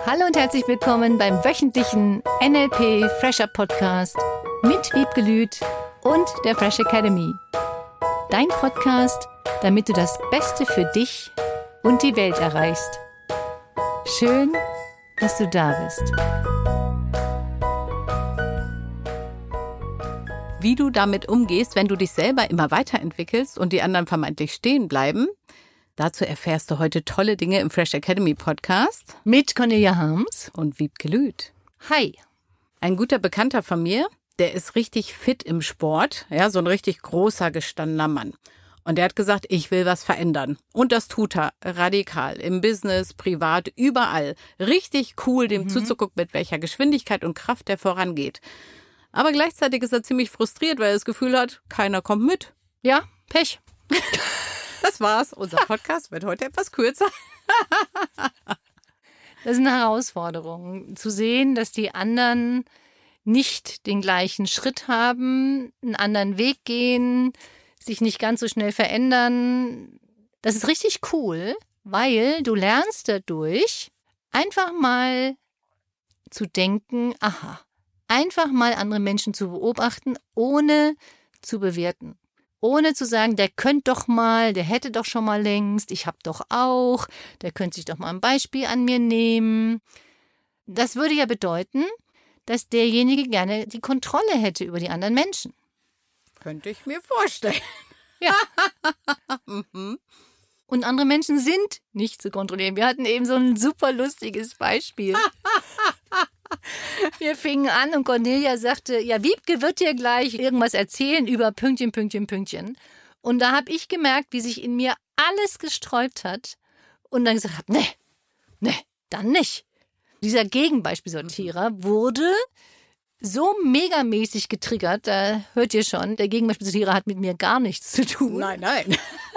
Hallo und herzlich willkommen beim wöchentlichen NLP Fresher Podcast mit Wiebke Lüth und der Fresh Academy. Dein Podcast, damit du das Beste für dich und die Welt erreichst. Schön, dass du da bist. Wie du damit umgehst, wenn du dich selber immer weiterentwickelst und die anderen vermeintlich stehen bleiben, dazu erfährst du heute tolle Dinge im Fresh Academy Podcast. Mit Cornelia Harms Und Wiebke Lüth. Hi. Ein guter Bekannter von mir, der ist richtig fit im Sport, ja, so ein richtig großer, gestandener Mann. Und der hat gesagt, ich will was verändern. Und das tut er radikal, im Business, privat, überall. Richtig cool, dem zuzugucken, mit welcher Geschwindigkeit und Kraft der vorangeht. Aber gleichzeitig ist er ziemlich frustriert, weil er das Gefühl hat, keiner kommt mit. Ja, Pech. Das war's. Unser Podcast wird heute etwas kürzer. Das ist eine Herausforderung, zu sehen, dass die anderen nicht den gleichen Schritt haben, einen anderen Weg gehen, sich nicht ganz so schnell verändern. Das ist richtig cool, weil du lernst dadurch einfach mal zu denken, aha, einfach mal andere Menschen zu beobachten, ohne zu bewerten. Ohne zu sagen, der könnte doch mal, der hätte doch schon mal längst, ich habe doch auch, der könnte sich doch mal ein Beispiel an mir nehmen. Das würde ja bedeuten, dass derjenige gerne die Kontrolle hätte über die anderen Menschen. Könnte ich mir vorstellen. Ja. Und andere Menschen sind nicht zu kontrollieren. Wir hatten eben so ein super lustiges Beispiel. Wir fingen an und Cornelia sagte, ja, Wiebke wird dir gleich irgendwas erzählen über Pünktchen, Pünktchen, Pünktchen. Und da habe ich gemerkt, wie sich in mir alles gesträubt hat und dann gesagt habe, nee, dann nicht. Dieser Gegenbeispielsortierer wurde so megamäßig getriggert, da hört ihr schon, der Gegenbeispielsortierer hat mit mir gar nichts zu tun. Nein.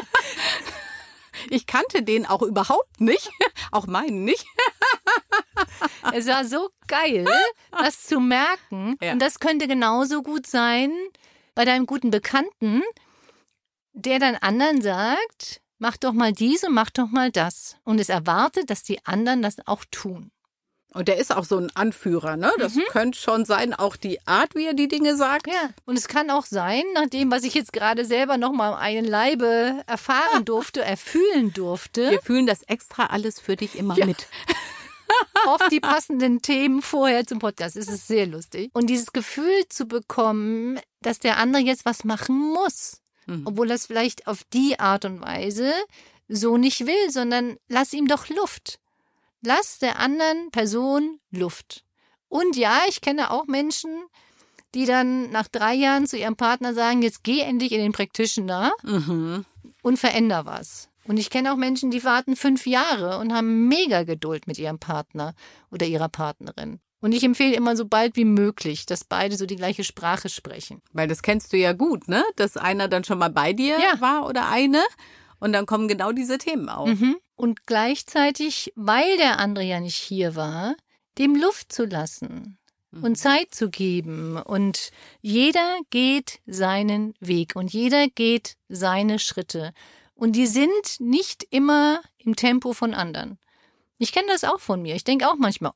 Ich kannte den auch überhaupt nicht, auch meinen nicht. Es war so geil, das zu merken. Ja. Und das könnte genauso gut sein bei deinem guten Bekannten, der dann anderen sagt, mach doch mal dies und mach doch mal das. Und es erwartet, dass die anderen das auch tun. Und der ist auch so ein Anführer, ne? Das könnte schon sein, auch die Art, wie er die Dinge sagt. Ja, und es kann auch sein, nach dem, was ich jetzt gerade selber noch mal am eigenen Leibe erfahren durfte, erfühlen durfte. Wir fühlen das extra alles für dich immer mit. Oft die passenden Themen vorher zum Podcast. Es ist sehr lustig. Und dieses Gefühl zu bekommen, dass der andere jetzt was machen muss. Obwohl er es vielleicht auf die Art und Weise so nicht will, sondern lass ihm doch Luft. Lass der anderen Person Luft. Und ja, ich kenne auch Menschen, die dann nach 3 Jahren zu ihrem Partner sagen, jetzt geh endlich in den Practitioner und veränder was. Und ich kenne auch Menschen, die warten 5 Jahre und haben mega Geduld mit ihrem Partner oder ihrer Partnerin. Und ich empfehle immer so bald wie möglich, dass beide so die gleiche Sprache sprechen. Weil das kennst du ja gut, ne? Dass einer dann schon mal bei dir war oder eine und dann kommen genau diese Themen auf. Und gleichzeitig, weil der andere ja nicht hier war, dem Luft zu lassen und Zeit zu geben. Und jeder geht seinen Weg und jeder geht seine Schritte. Und die sind nicht immer im Tempo von anderen. Ich kenne das auch von mir. Ich denke auch manchmal,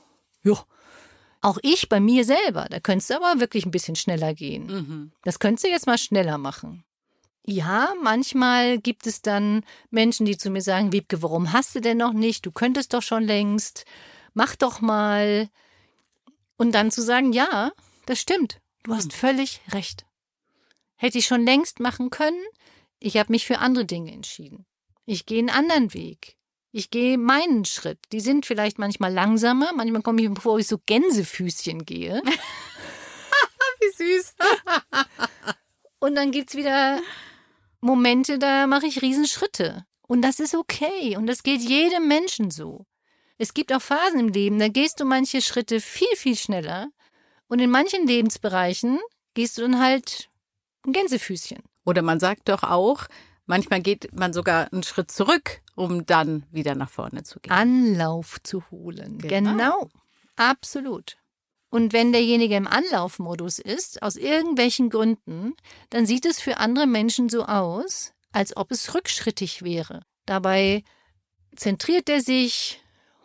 auch ich bei mir selber, da könntest du aber wirklich ein bisschen schneller gehen. Das könntest du jetzt mal schneller machen. Ja, manchmal gibt es dann Menschen, die zu mir sagen, Wiebke, warum hast du denn noch nicht? Du könntest doch schon längst. Mach doch mal. Und dann zu sagen, ja, das stimmt. Du hast völlig recht. Hätte ich schon längst machen können. Ich habe mich für andere Dinge entschieden. Ich gehe einen anderen Weg. Ich gehe meinen Schritt. Die sind vielleicht manchmal langsamer. Manchmal komme ich mir vor, wie ich so Gänsefüßchen gehe. Wie süß. Und dann gibt's wieder Momente, da mache ich Riesenschritte. Und das ist okay. Und das geht jedem Menschen so. Es gibt auch Phasen im Leben, da gehst du manche Schritte viel, viel schneller. Und in manchen Lebensbereichen gehst du dann halt ein Gänsefüßchen. Oder man sagt doch auch, manchmal geht man sogar einen Schritt zurück, um dann wieder nach vorne zu gehen. Anlauf zu holen. Genau. Absolut. Und wenn derjenige im Anlaufmodus ist, aus irgendwelchen Gründen, dann sieht es für andere Menschen so aus, als ob es rückschrittig wäre. Dabei zentriert er sich,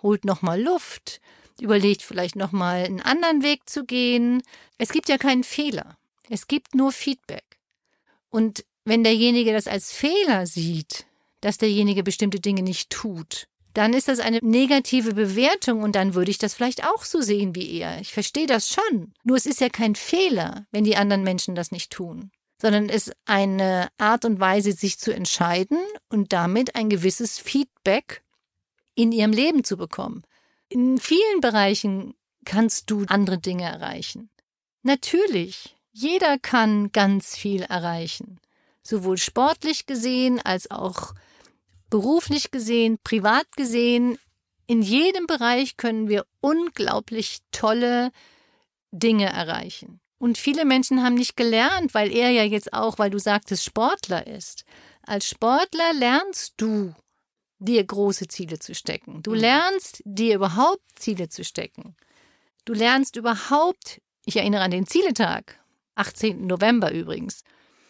holt nochmal Luft, überlegt vielleicht nochmal einen anderen Weg zu gehen. Es gibt ja keinen Fehler. Es gibt nur Feedback. Und wenn derjenige das als Fehler sieht, dass derjenige bestimmte Dinge nicht tut, dann ist das eine negative Bewertung und dann würde ich das vielleicht auch so sehen wie er. Ich verstehe das schon. Nur es ist ja kein Fehler, wenn die anderen Menschen das nicht tun, sondern es ist eine Art und Weise, sich zu entscheiden und damit ein gewisses Feedback in ihrem Leben zu bekommen. In vielen Bereichen kannst du andere Dinge erreichen. Natürlich, jeder kann ganz viel erreichen. Sowohl sportlich gesehen als auch beruflich gesehen, privat gesehen. In jedem Bereich können wir unglaublich tolle Dinge erreichen. Und viele Menschen haben nicht gelernt, weil er ja jetzt auch, weil du sagtest, Sportler ist. Als Sportler lernst du, dir große Ziele zu stecken. Du lernst, dir überhaupt Ziele zu stecken. Du lernst überhaupt, ich erinnere an den Zieletag, 18. November übrigens.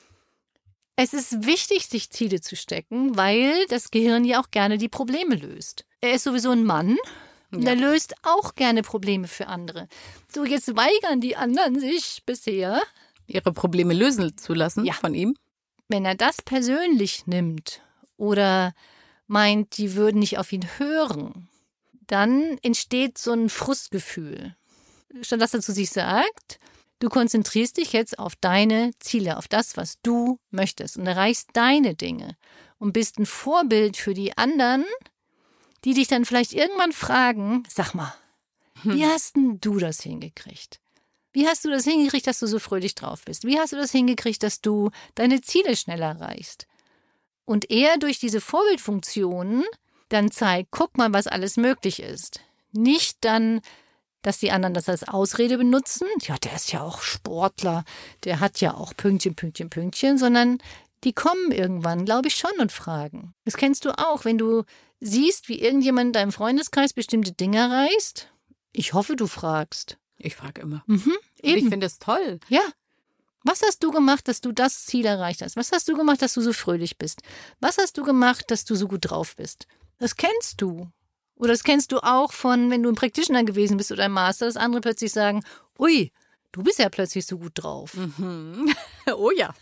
Es ist wichtig, sich Ziele zu stecken, weil das Gehirn ja auch gerne die Probleme löst. Er ist sowieso ein Mann und er löst auch gerne Probleme für andere. So, jetzt weigern die anderen sich bisher, ihre Probleme lösen zu lassen von ihm. Wenn er das persönlich nimmt oder meint, die würden nicht auf ihn hören, dann entsteht so ein Frustgefühl. Statt dass er zu sich sagt, du konzentrierst dich jetzt auf deine Ziele, auf das, was du möchtest und erreichst deine Dinge und bist ein Vorbild für die anderen, die dich dann vielleicht irgendwann fragen, sag mal, wie hast denn du das hingekriegt? Wie hast du das hingekriegt, dass du so fröhlich drauf bist? Wie hast du das hingekriegt, dass du deine Ziele schneller erreichst? Und er durch diese Vorbildfunktionen dann zeigt, guck mal, was alles möglich ist. Nicht dann, dass die anderen das als Ausrede benutzen. Ja, der ist ja auch Sportler, der hat ja auch Pünktchen, Pünktchen, Pünktchen, sondern die kommen irgendwann, glaube ich, schon und fragen. Das kennst du auch, wenn du siehst, wie irgendjemand in deinem Freundeskreis bestimmte Dinge erreicht. Ich hoffe, du fragst. Ich frage immer. Eben. Ich finde es toll. Ja. Was hast du gemacht, dass du das Ziel erreicht hast? Was hast du gemacht, dass du so fröhlich bist? Was hast du gemacht, dass du so gut drauf bist? Das kennst du. Oder das kennst du auch von, wenn du ein Practitioner gewesen bist oder ein Master, dass andere plötzlich sagen, ui, du bist ja plötzlich so gut drauf. Mhm. Oh ja.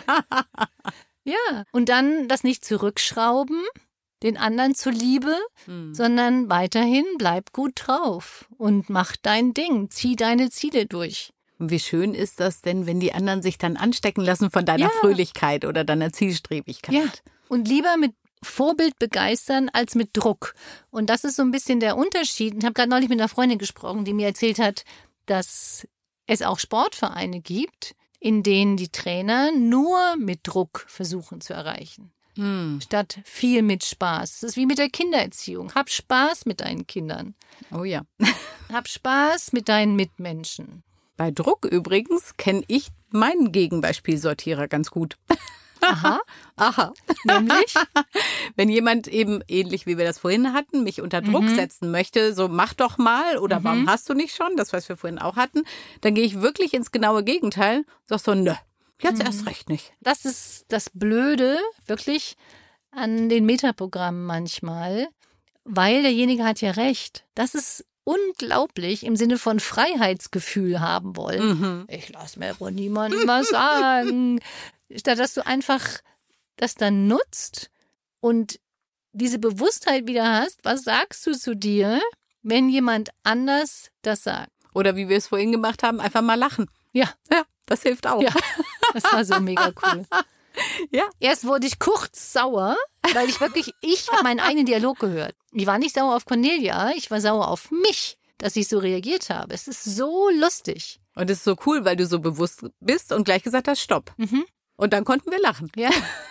Ja, und dann das nicht zurückschrauben, den anderen zuliebe, sondern weiterhin bleib gut drauf und mach dein Ding, zieh deine Ziele durch. Und wie schön ist das denn, wenn die anderen sich dann anstecken lassen von deiner Fröhlichkeit oder deiner Zielstrebigkeit? Ja, und lieber mit Vorbild begeistern als mit Druck. Und das ist so ein bisschen der Unterschied. Ich habe gerade neulich mit einer Freundin gesprochen, die mir erzählt hat, dass es auch Sportvereine gibt, in denen die Trainer nur mit Druck versuchen zu erreichen. Statt viel mit Spaß. Das ist wie mit der Kindererziehung. Hab Spaß mit deinen Kindern. Oh ja. Hab Spaß mit deinen Mitmenschen. Bei Druck übrigens kenne ich meinen Gegenbeispielsortierer ganz gut. Aha. Nämlich? Wenn jemand eben, ähnlich wie wir das vorhin hatten, mich unter Druck setzen möchte, so mach doch mal oder warum hast du nicht schon, das was wir vorhin auch hatten, dann gehe ich wirklich ins genaue Gegenteil, sag so, nö, jetzt erst recht nicht. Das ist das Blöde, wirklich, an den Metaprogrammen manchmal, weil derjenige hat ja recht. Das ist unglaublich im Sinne von Freiheitsgefühl haben wollen. Ich lasse mir von niemandem was sagen. Statt dass du einfach das dann nutzt und diese Bewusstheit wieder hast, was sagst du zu dir, wenn jemand anders das sagt? Oder wie wir es vorhin gemacht haben, einfach mal lachen. Ja, das hilft auch. Ja, das war so mega cool. Ja. Erst wurde ich kurz sauer, weil ich habe meinen eigenen Dialog gehört. Ich war nicht sauer auf Cornelia, ich war sauer auf mich, dass ich so reagiert habe. Es ist so lustig. Und es ist so cool, weil du so bewusst bist und gleich gesagt hast, stopp. Und dann konnten wir lachen. Ja.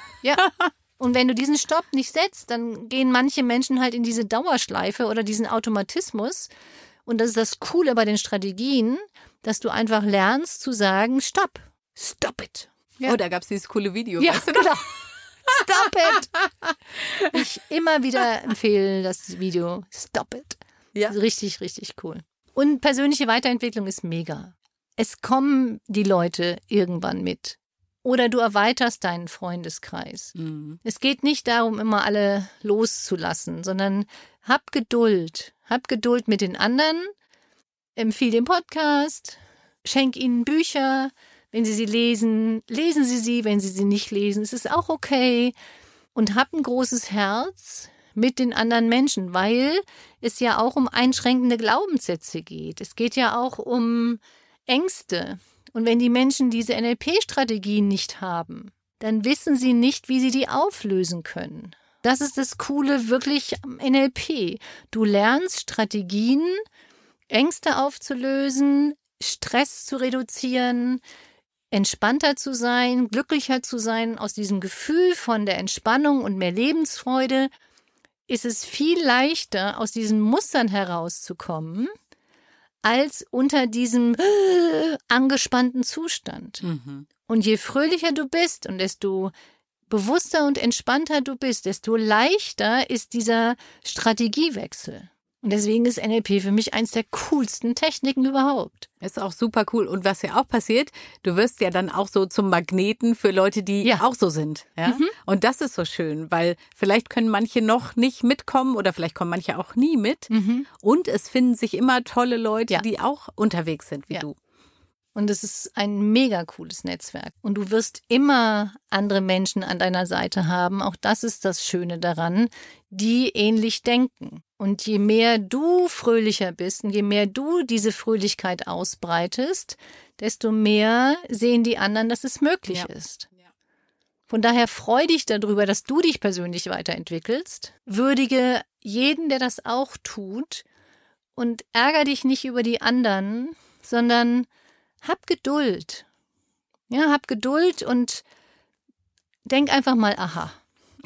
Und wenn du diesen Stopp nicht setzt, dann gehen manche Menschen halt in diese Dauerschleife oder diesen Automatismus. Und das ist das Coole bei den Strategien, dass du einfach lernst zu sagen, stopp. Stop it. Ja. Oh, da gab es dieses coole Video. Ja, weißt du noch? genau. Stop it. Ich immer wieder empfehle das Video. Stop it. Ja. Richtig, richtig cool. Und persönliche Weiterentwicklung ist mega. Es kommen die Leute irgendwann mit. Oder du erweiterst deinen Freundeskreis. Es geht nicht darum, immer alle loszulassen, sondern Hab Geduld. Hab Geduld mit den anderen. Empfiehl den Podcast. Schenk ihnen Bücher. Wenn sie lesen, lesen sie sie. Wenn sie sie nicht lesen, ist es auch okay. Und hab ein großes Herz mit den anderen Menschen, weil es ja auch um einschränkende Glaubenssätze geht. Es geht ja auch um Ängste. Und wenn die Menschen diese NLP-Strategien nicht haben, dann wissen sie nicht, wie sie die auflösen können. Das ist das Coole wirklich am NLP. Du lernst Strategien, Ängste aufzulösen, Stress zu reduzieren, entspannter zu sein, glücklicher zu sein. Aus diesem Gefühl von der Entspannung und mehr Lebensfreude ist es viel leichter, aus diesen Mustern herauszukommen, als unter diesem angespannten Zustand. Mhm. Und je fröhlicher du bist und desto bewusster und entspannter du bist, desto leichter ist dieser Strategiewechsel. Und deswegen ist NLP für mich eins der coolsten Techniken überhaupt. Ist auch super cool. Und was ja auch passiert, du wirst ja dann auch so zum Magneten für Leute, die auch so sind. Ja? Mhm. Und das ist so schön, weil vielleicht können manche noch nicht mitkommen oder vielleicht kommen manche auch nie mit. Mhm. Und es finden sich immer tolle Leute, die auch unterwegs sind wie du. Und es ist ein mega cooles Netzwerk. Und du wirst immer andere Menschen an deiner Seite haben. Auch das ist das Schöne daran, die ähnlich denken. Und je mehr du fröhlicher bist und je mehr du diese Fröhlichkeit ausbreitest, desto mehr sehen die anderen, dass es möglich ist. Von daher freu dich darüber, dass du dich persönlich weiterentwickelst. Würdige jeden, der das auch tut. Und ärgere dich nicht über die anderen, sondern hab Geduld. Ja, hab Geduld und denk einfach mal, aha.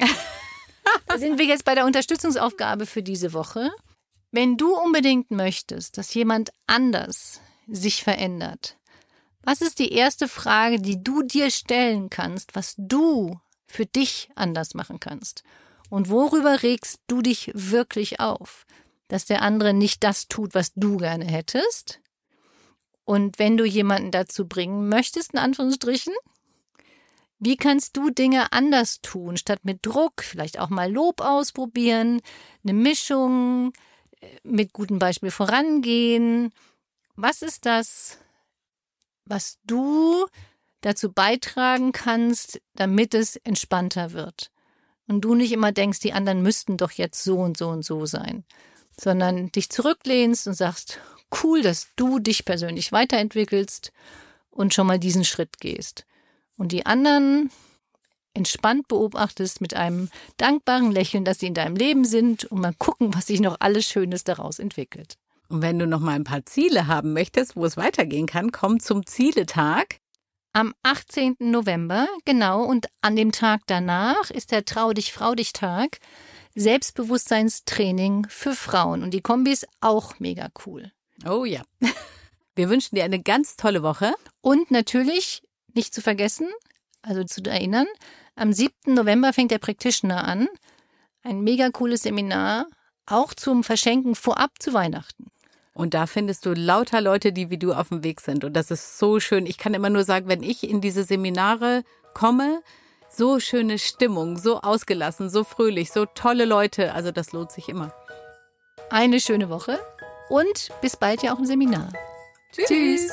Da sind wir jetzt bei der Unterstützungsaufgabe für diese Woche. Wenn du unbedingt möchtest, dass jemand anders sich verändert, was ist die erste Frage, die du dir stellen kannst, was du für dich anders machen kannst? Und worüber regst du dich wirklich auf? Dass der andere nicht das tut, was du gerne hättest? Und wenn du jemanden dazu bringen möchtest, in Anführungsstrichen, wie kannst du Dinge anders tun, statt mit Druck, vielleicht auch mal Lob ausprobieren, eine Mischung, mit gutem Beispiel vorangehen? Was ist das, was du dazu beitragen kannst, damit es entspannter wird? Und du nicht immer denkst, die anderen müssten doch jetzt so und so und so sein, sondern dich zurücklehnst und sagst, cool, dass du dich persönlich weiterentwickelst und schon mal diesen Schritt gehst. Und die anderen entspannt beobachtest mit einem dankbaren Lächeln, dass sie in deinem Leben sind und mal gucken, was sich noch alles Schönes daraus entwickelt. Und wenn du noch mal ein paar Ziele haben möchtest, wo es weitergehen kann, komm zum Zieletag. Am 18. November, genau, und an dem Tag danach ist der Trau dich, Frau dich Tag, Selbstbewusstseinstraining für Frauen. Und die Kombi ist auch mega cool. Oh ja. Wir wünschen dir eine ganz tolle Woche. Und natürlich, nicht zu vergessen, also zu erinnern, am 7. November fängt der Practitioner an. Ein mega cooles Seminar, auch zum Verschenken vorab zu Weihnachten. Und da findest du lauter Leute, die wie du auf dem Weg sind. Und das ist so schön. Ich kann immer nur sagen, wenn ich in diese Seminare komme, so schöne Stimmung, so ausgelassen, so fröhlich, so tolle Leute. Also das lohnt sich immer. Eine schöne Woche. Und bis bald ja auch im Seminar. Tschüss.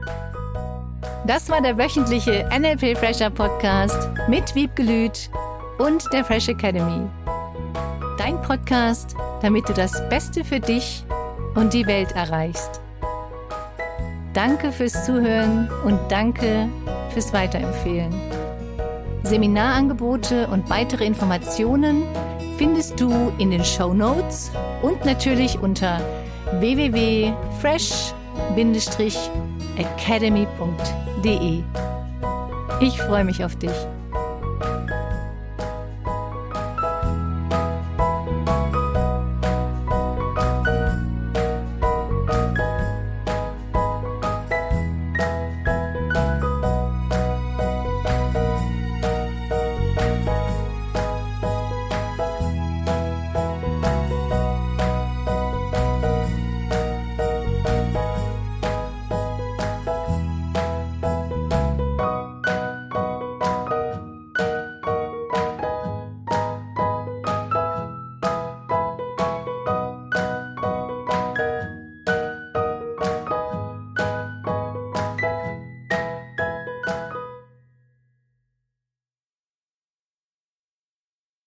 Das war der wöchentliche NLP Fresher Podcast mit Wiebke Lüth und der Fresh Academy. Dein Podcast, damit du das Beste für dich und die Welt erreichst. Danke fürs Zuhören und danke fürs Weiterempfehlen. Seminarangebote und weitere Informationen findest du in den Shownotes und natürlich unter www.fresh-academy.de. Ich freue mich auf dich.